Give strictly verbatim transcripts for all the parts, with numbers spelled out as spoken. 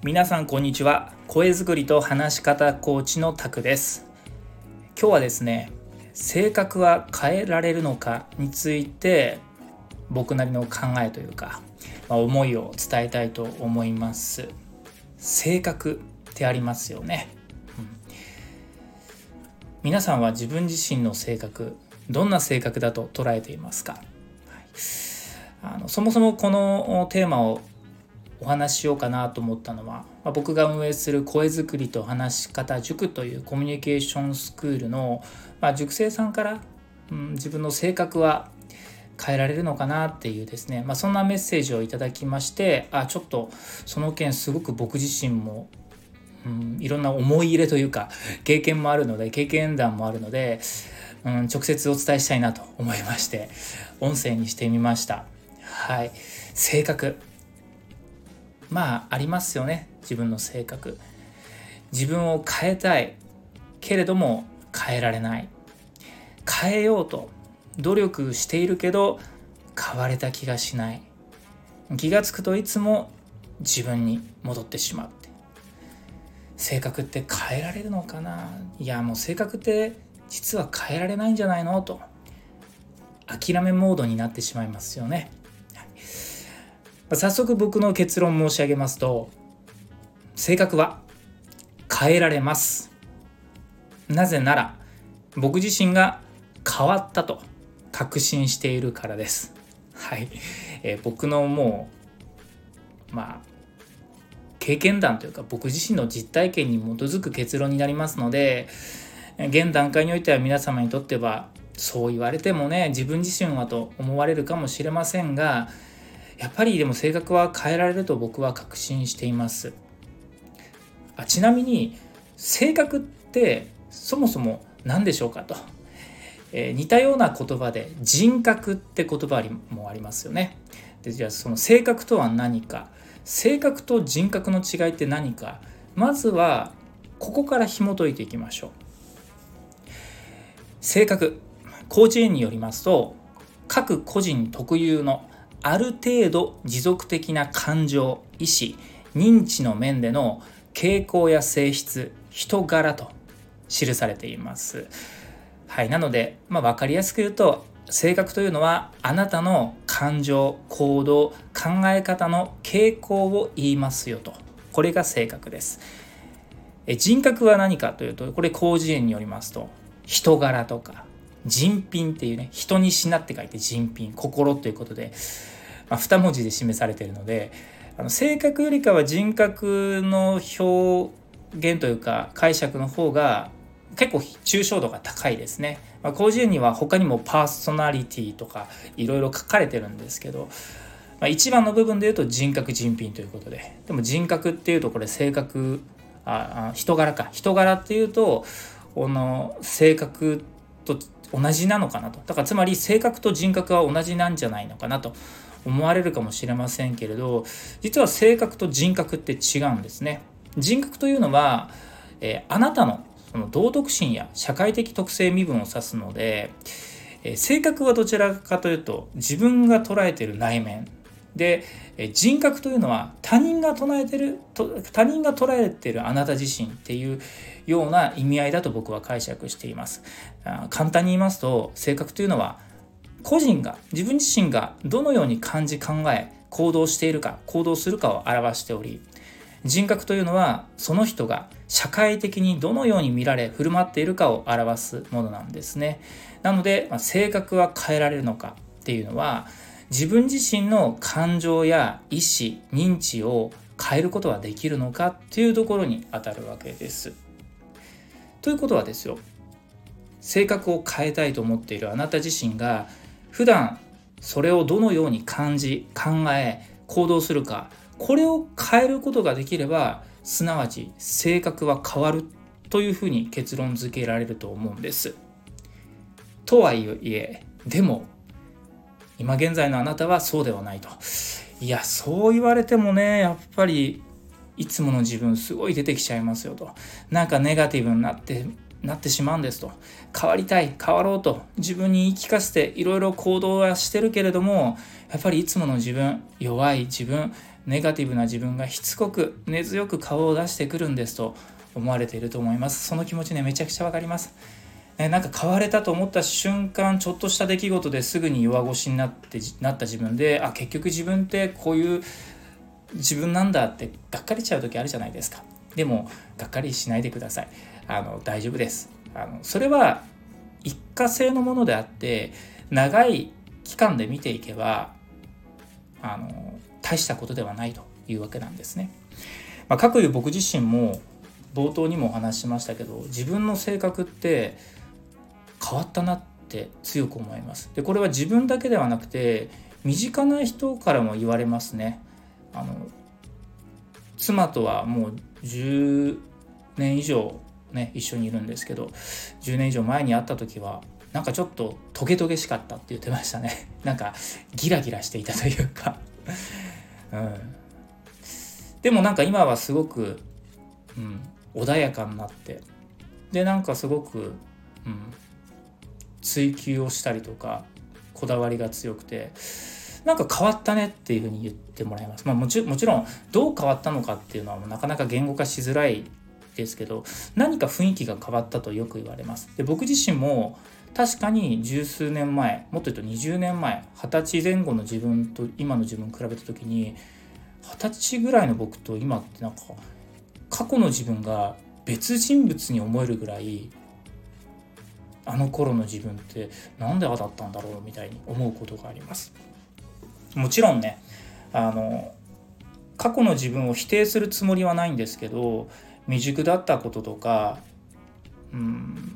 皆さんこんにちは。声作りと話し方コーチのタクです。今日はですね、性格は変えられるのかについて僕なりの考えというか、まあ、思いを伝えたいと思います。性格ってありますよね、うん、皆さんは自分自身の性格、どんな性格だと捉えていますか？はい、あのそもそもこのテーマをお話ししようかなと思ったのは、まあ、僕が運営する声作りと話し方塾というコミュニケーションスクールの、まあ、塾生さんから、うん、自分の性格は変えられるのかなっていうですね、まあ、そんなメッセージをいただきまして、あちょっとその件すごく僕自身も、うん、いろんな思い入れというか経験もあるので経験談もあるので、うん、直接お伝えしたいなと思いまして音声にしてみました。はい、性格、まあありますよね。自分の性格、自分を変えたいけれども変えられない、変えようと努力しているけど変われた気がしない、気がつくといつも自分に戻ってしまって、性格って変えられるのかな、いやもう性格って実は変えられないんじゃないのと諦めモードになってしまいますよね。早速僕の結論申し上げますと、性格は変えられます。なぜなら僕自身が変わったと確信しているからです。はい、えー、僕のもうまあ経験談というか僕自身の実体験に基づく結論になりますので、現段階においては皆様にとってはそう言われてもね、自分自身はと思われるかもしれませんが、やっぱりでも性格は変えられると僕は確信しています。あちなみに性格ってそもそも何でしょうかと、えー、似たような言葉で人格って言葉もありますよね。でじゃあその性格とは何か、性格と人格の違いって何か、まずはここから紐解いていきましょう。性格、広辞苑によりますと、各個人特有のある程度持続的な感情、意思、認知の面での傾向や性質、人柄と記されています。はい、なので、まあ、分かりやすく言うと、性格というのはあなたの感情、行動、考え方の傾向を言いますよと。これが性格です。え人格は何かというと、これ広辞苑によりますと、人柄とか人品っていうね、人にしなって書いて人品、心ということで、まあ、に文字で示されているので、あの性格よりかは人格の表現というか解釈の方が結構抽象度が高いですね。まあ、広辞苑には他にもパーソナリティとかいろいろ書かれてるんですけど、まあ、一番の部分で言うと人格人品ということで、でも人格っていうとこれ性格、ああ人柄か、人柄っていうとこの性格と同じなのかなと。だからつまり性格と人格は同じなんじゃないのかなと思われるかもしれませんけれど、実は性格と人格って違うんですね。人格というのは、えー、あなたのその道徳心や社会的特性身分を指すので、えー、性格はどちらかというと自分が捉えている内面で、えー、人格というのは他人が捉えている他人が捉えているあなた自身っていうような意味合いだと僕は解釈しています。あ簡単に言いますと、性格というのは個人が自分自身がどのように感じ考え行動しているか行動するかを表しており、人格というのはその人が社会的にどのように見られ振る舞っているかを表すものなんですね。なので、まあ、性格は変えられるのかっていうのは、自分自身の感情や意思認知を変えることはできるのかっていうところに当たるわけです。ということはですよ、性格を変えたいと思っているあなた自身が普段それをどのように感じ考え行動するか、これを変えることができれば、すなわち性格は変わるというふうに結論付けられると思うんです。とはいえ、でも今現在のあなたはそうではないと。いやそう言われてもね、やっぱりいつもの自分すごい出てきちゃいますよと。なんかネガティブになってなってしまうんですと。変わりたい、変わろうと自分に言い聞かせていろいろ行動はしてるけれども、やっぱりいつもの自分、弱い自分、ネガティブな自分がしつこく根強く顔を出してくるんですと思われていると思います。その気持ちね、めちゃくちゃわかります。ね、なんか変われたと思った瞬間、ちょっとした出来事ですぐに弱腰になってなった自分で、あ、結局自分ってこういう自分なんだってがっかりしちゃう時あるじゃないですか。でもがっかりしないでください。あの大丈夫です。あのそれは一過性のものであって、長い期間で見ていけばあの大したことではないというわけなんですね。まあ、かくいう僕自身も冒頭にもお話ししましたけど、自分の性格って変わったなって強く思います。でこれは自分だけではなくて身近な人からも言われますね。あの妻とはもうじゅうねん以上ね一緒にいるんですけど、じゅうねん以上前に会った時はなんかちょっとトゲトゲしかったって言ってましたね。なんかギラギラしていたというか、うん、でもなんか今はすごく、うん、穏やかになって、でなんかすごく、うん、追求をしたりとかこだわりが強くて、なんか変わったねっていうふうに言ってもらいます。まあ、もち、もちろんどう変わったのかっていうのはなかなか言語化しづらいですけど、何か雰囲気が変わったとよく言われます。で僕自身も確かに十数年前、もっと言うとにじゅうねんまえ、はたちぜん後の自分と今の自分を比べた時に、はたちぐらいの僕と今ってなんか過去の自分が別人物に思えるぐらい、あの頃の自分ってなんでああだったんだろうみたいに思うことがあります。もちろんね、あの過去の自分を否定するつもりはないんですけど、未熟だったこととか、うん、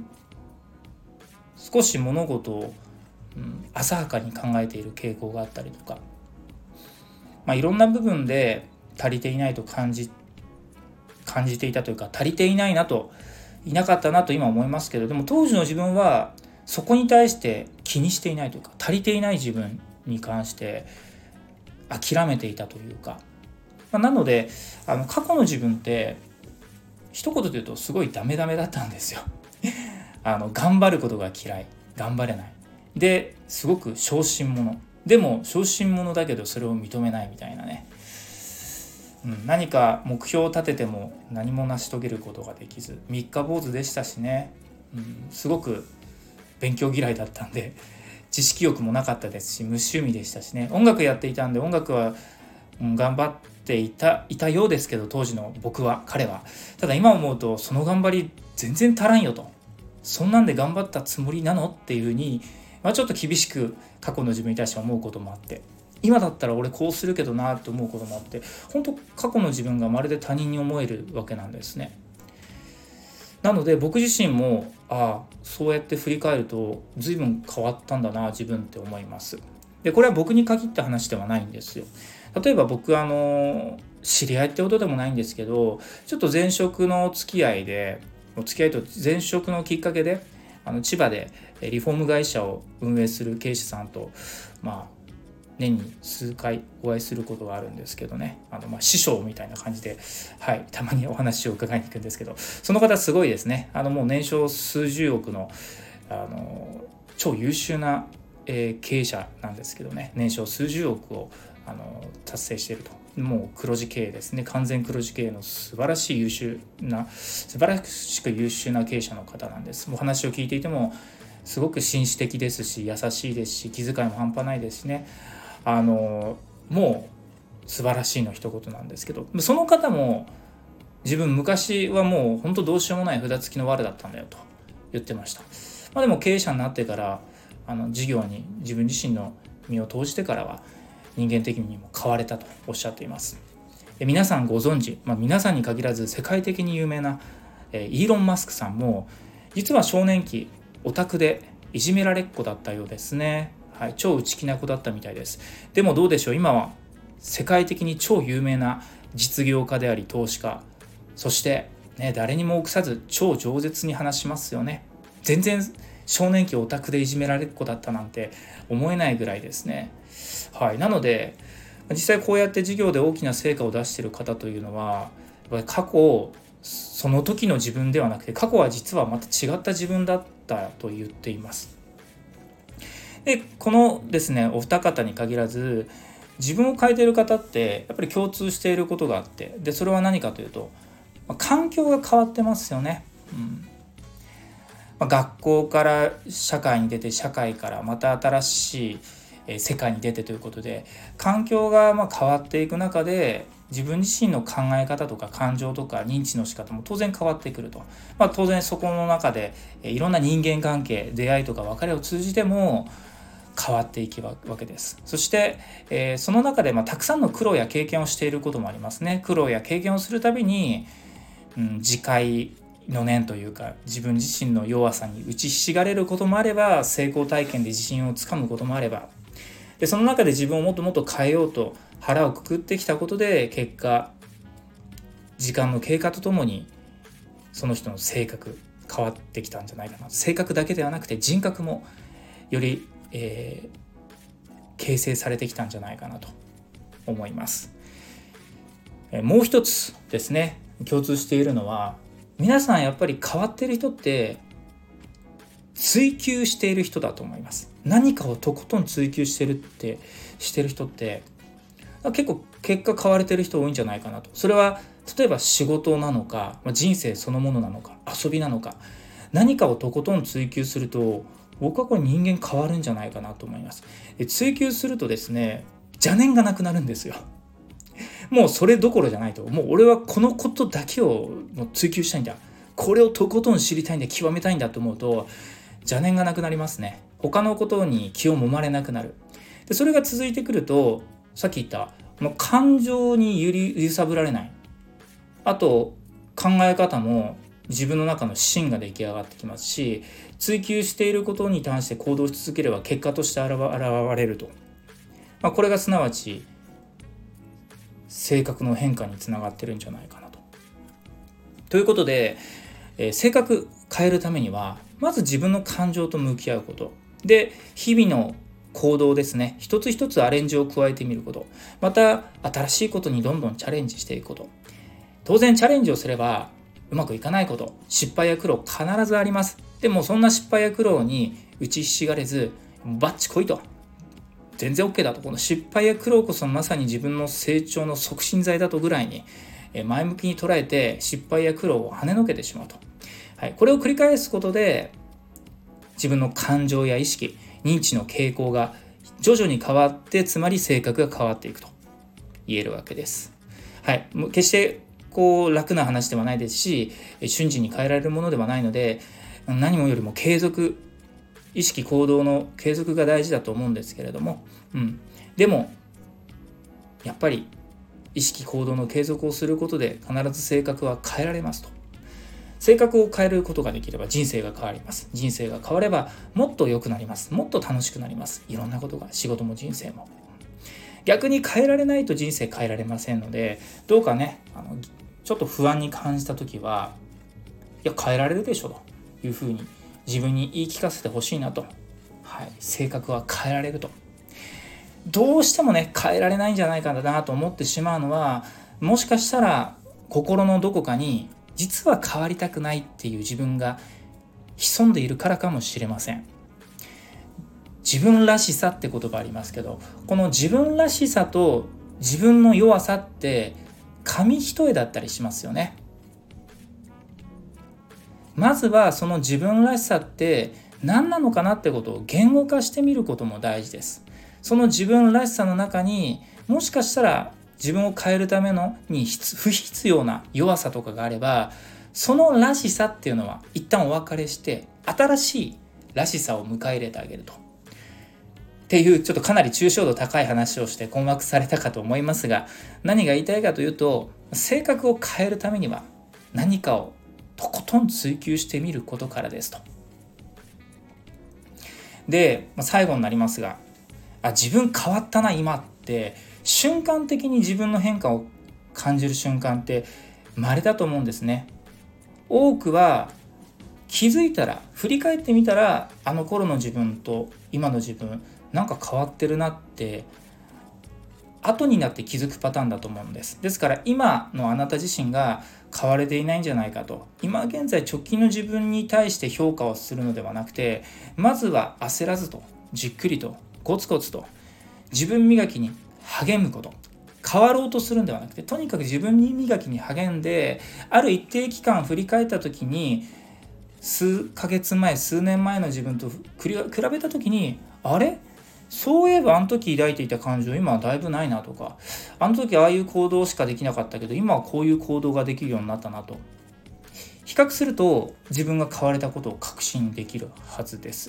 少し物事を、うん、浅はかに考えている傾向があったりとか、まあ、いろんな部分で足りていないと感じ感じていたというか、足りていないなと、いなかったなと今思いますけど、でも当時の自分はそこに対して気にしていないというか、足りていない自分に関して諦めていたというか、まあ、なのであの過去の自分って一言で言うとすごいダメダメだったんですよ。あの頑張ることが嫌い、頑張れないですごく小心者でも小心者だけどそれを認めないみたいなね、うん、何か目標を立てても何も成し遂げることができず三日坊主でしたしね、うん、すごく勉強嫌いだったんで知識欲もなかったですし、無趣味でしたしね、音楽やっていたんで音楽は、うん、頑張っていたいたようですけど、当時の僕は彼はただ今思うとその頑張り全然足らんよと、そんなんで頑張ったつもりなのっていうふうに、まあ、ちょっと厳しく過去の自分に対して思うこともあって、今だったら俺こうするけどなと思うこともあって、本当過去の自分がまるで他人に思えるわけなんですね。なので僕自身もああそうやって振り返ると随分変わったんだな自分って思います。でこれは僕に限った話ではないんですよ。例えば僕あの知り合いってことでもないんですけど、ちょっと前職の付き合いでお付き合いと前職のきっかけであの千葉でリフォーム会社を運営する経営者さんとまあ年に数回お会いすることがあるんですけどね、あのまあ師匠みたいな感じで、はい、たまにお話を伺いに行くんですけど、その方すごいですね。あのもう年商数十億の、あの超優秀な、えー、経営者なんですけどね、年商数十億をあの達成していると。もう黒字経営ですね、完全黒字経営の素晴らしい優秀な素晴らしく優秀な経営者の方なんです。お話を聞いていてもすごく紳士的ですし、優しいですし、気遣いも半端ないですしね、あのもう素晴らしいの一言なんですけど、その方も自分昔はもう本当どうしようもない札付きの悪だったんだよと言ってました。まあ、でも経営者になってからあの事業に自分自身の身を投じてからは人間的にも変われたとおっしゃっています。皆さんご存知、まあ、皆さんに限らず世界的に有名なイーロン・マスクさんも実は少年期オタクでいじめられっ子だったようですね。はい、超内気な子だったみたいです。でもどうでしょう、今は世界的に超有名な実業家であり投資家、そして、ね、誰にも臆さず超饒舌に話しますよね。全然少年期オタクでいじめられっ子だったなんて思えないぐらいですね。はい、なので実際こうやって事業で大きな成果を出している方というのはやっぱり過去その時の自分ではなくて、過去は実はまた違った自分だったと言っています。でこのですねお二方に限らず、自分を変えている方ってやっぱり共通していることがあって、でそれは何かというと、まあ、環境が変わってますよね。うんまあ、学校から社会に出て、社会からまた新しい世界に出てということで、環境がまあ変わっていく中で、自分自身の考え方とか感情とか認知の仕方も当然変わってくると、まあ、当然そこの中でいろんな人間関係、出会いとか別れを通じても変わっていくわけです。そして、えー、その中でまあたくさんの苦労や経験をしていることもありますね。苦労や経験をするたびに、うん、自戒の念というか、自分自身の弱さに打ちひしがれることもあれば、成功体験で自信をつかむこともあれば、でその中で自分をもっともっと変えようと腹をくくってきたことで、結果時間の経過とともにその人の性格変わってきたんじゃないかな。性格だけではなくて人格もより、えー、形成されてきたんじゃないかなと思います。えー、もう一つですね、共通しているのは、皆さんやっぱり変わっている人って追求している人だと思います。何かをとことん追求してるってしてる人って結構結果変われてる人多いんじゃないかなと。それは例えば仕事なのか、人生そのものなのか、遊びなのか、何かをとことん追求すると、僕はこれ人間変わるんじゃないかなと思います。追求するとですね、邪念がなくなるんですよ。もうそれどころじゃないと、もう俺はこのことだけを追求したいんだ、これをとことん知りたいんだ、極めたいんだと思うと邪念がなくなりますね。他のことに気を揉まれなくなる。でそれが続いてくると、さっき言ったもう感情に揺り揺さぶられない、あと考え方も自分の中の芯が出来上がってきますし、追求していることに対して行動し続ければ結果として現れると、まあ、これがすなわち性格の変化につながってるんじゃないかなと。ということで、えー、性格変えるためにはまず自分の感情と向き合うことで、日々の行動ですね、一つ一つアレンジを加えてみること、また新しいことにどんどんチャレンジしていくこと。当然チャレンジをすればうまくいかないこと、失敗や苦労必ずあります。でもそんな失敗や苦労に打ちひしがれず、バッチ来いと、全然 OK だと、この失敗や苦労こそまさに自分の成長の促進剤だとぐらいに前向きに捉えて、失敗や苦労を跳ねのけてしまうと、はい、これを繰り返すことで自分の感情や意識、認知の傾向が徐々に変わって、つまり性格が変わっていくと言えるわけです。はい、決してこう楽な話ではないですし、瞬時に変えられるものではないので、何もよりも継続、意識行動の継続が大事だと思うんですけれども、うん、でもやっぱり意識行動の継続をすることで必ず性格は変えられますと。性格を変えることができれば人生が変わります。人生が変わればもっと良くなります。もっと楽しくなります。いろんなことが、仕事も人生も。逆に変えられないと人生変えられませんので、どうかね、あのちょっと不安に感じたときは、いや変えられるでしょというふうに自分に言い聞かせてほしいなと、はい、性格は変えられると。どうしてもね変えられないんじゃないかなと思ってしまうのは、もしかしたら心のどこかに実は変わりたくないっていう自分が潜んでいるからかもしれません。自分らしさって言葉ありますけど、この自分らしさと自分の弱さって紙一重だったりしますよね。まずはその自分らしさって何なのかなってことを言語化してみることも大事です。その自分らしさの中にもしかしたら自分を変えるためのに不必要な弱さとかがあれば、そのらしさっていうのは一旦お別れして新しいらしさを迎え入れてあげると。っていうちょっとかなり抽象度高い話をして困惑されたかと思いますが、何が言いたいかというと、性格を変えるためには何かをとことん追求してみることからですと。で、最後になりますが、あ、自分変わったな今って瞬間的に自分の変化を感じる瞬間って稀だと思うんですね。多くは気づいたら、振り返ってみたら、あの頃の自分と今の自分なんか変わってるなって後になって気づくパターンだと思うんです。ですから今のあなた自身が変われていないんじゃないかと。今現在直近の自分に対して評価をするのではなくて、まずは焦らずとじっくりとコツコツと自分磨きに励むこと。変わろうとするんではなくて、とにかく自分に磨きに励んで、ある一定期間振り返った時に、数ヶ月前数年前の自分と比べた時に、あれそういえばあの時抱いていた感情今はだいぶないなとか、あの時ああいう行動しかできなかったけど今はこういう行動ができるようになったなと比較すると、自分が変われたことを確信できるはずです。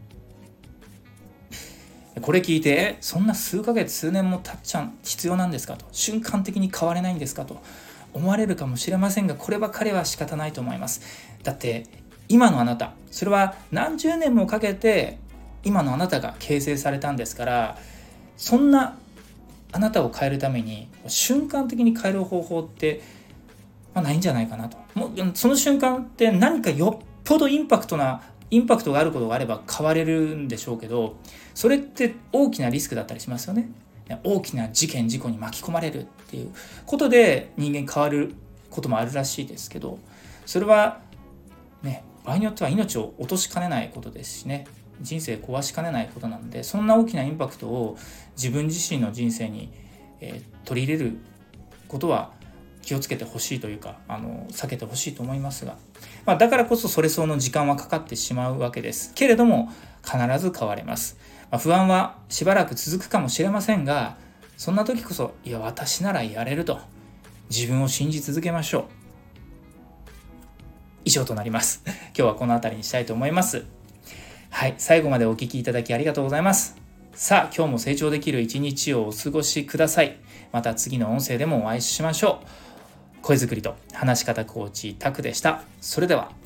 これ聞いて、そんな数ヶ月数年も経っちゃう必要なんですかと、瞬間的に変われないんですかと思われるかもしれませんが、こればかりは仕方ないと思います。だって今のあなた、それは何十年もかけて今のあなたが形成されたんですから、そんなあなたを変えるために瞬間的に変える方法って、まあ、ないんじゃないかなと。もうその瞬間って何かよっぽどインパクトなインパクトがあることがあれば変われるんでしょうけど、それって大きなリスクだったりしますよね。大きな事件事故に巻き込まれるっていうことで人間変わることもあるらしいですけど、それはね、場合によっては命を落としかねないことですしね、人生壊しかねないことなので、そんな大きなインパクトを自分自身の人生に、えー、取り入れることは気をつけてほしいというか、あの避けてほしいと思いますが、まあ、だからこそそれ相応の時間はかかってしまうわけですけれども、必ず変われます。まあ、不安はしばらく続くかもしれませんが、そんな時こそ、いや私ならやれると自分を信じ続けましょう。以上となります。今日はこの辺りにしたいと思います。はい、最後までお聞きいただきありがとうございます。さあ、今日も成長できる一日をお過ごしください。また次の音声でもお会いしましょう。声作りと話し方コーチタクでした。それでは。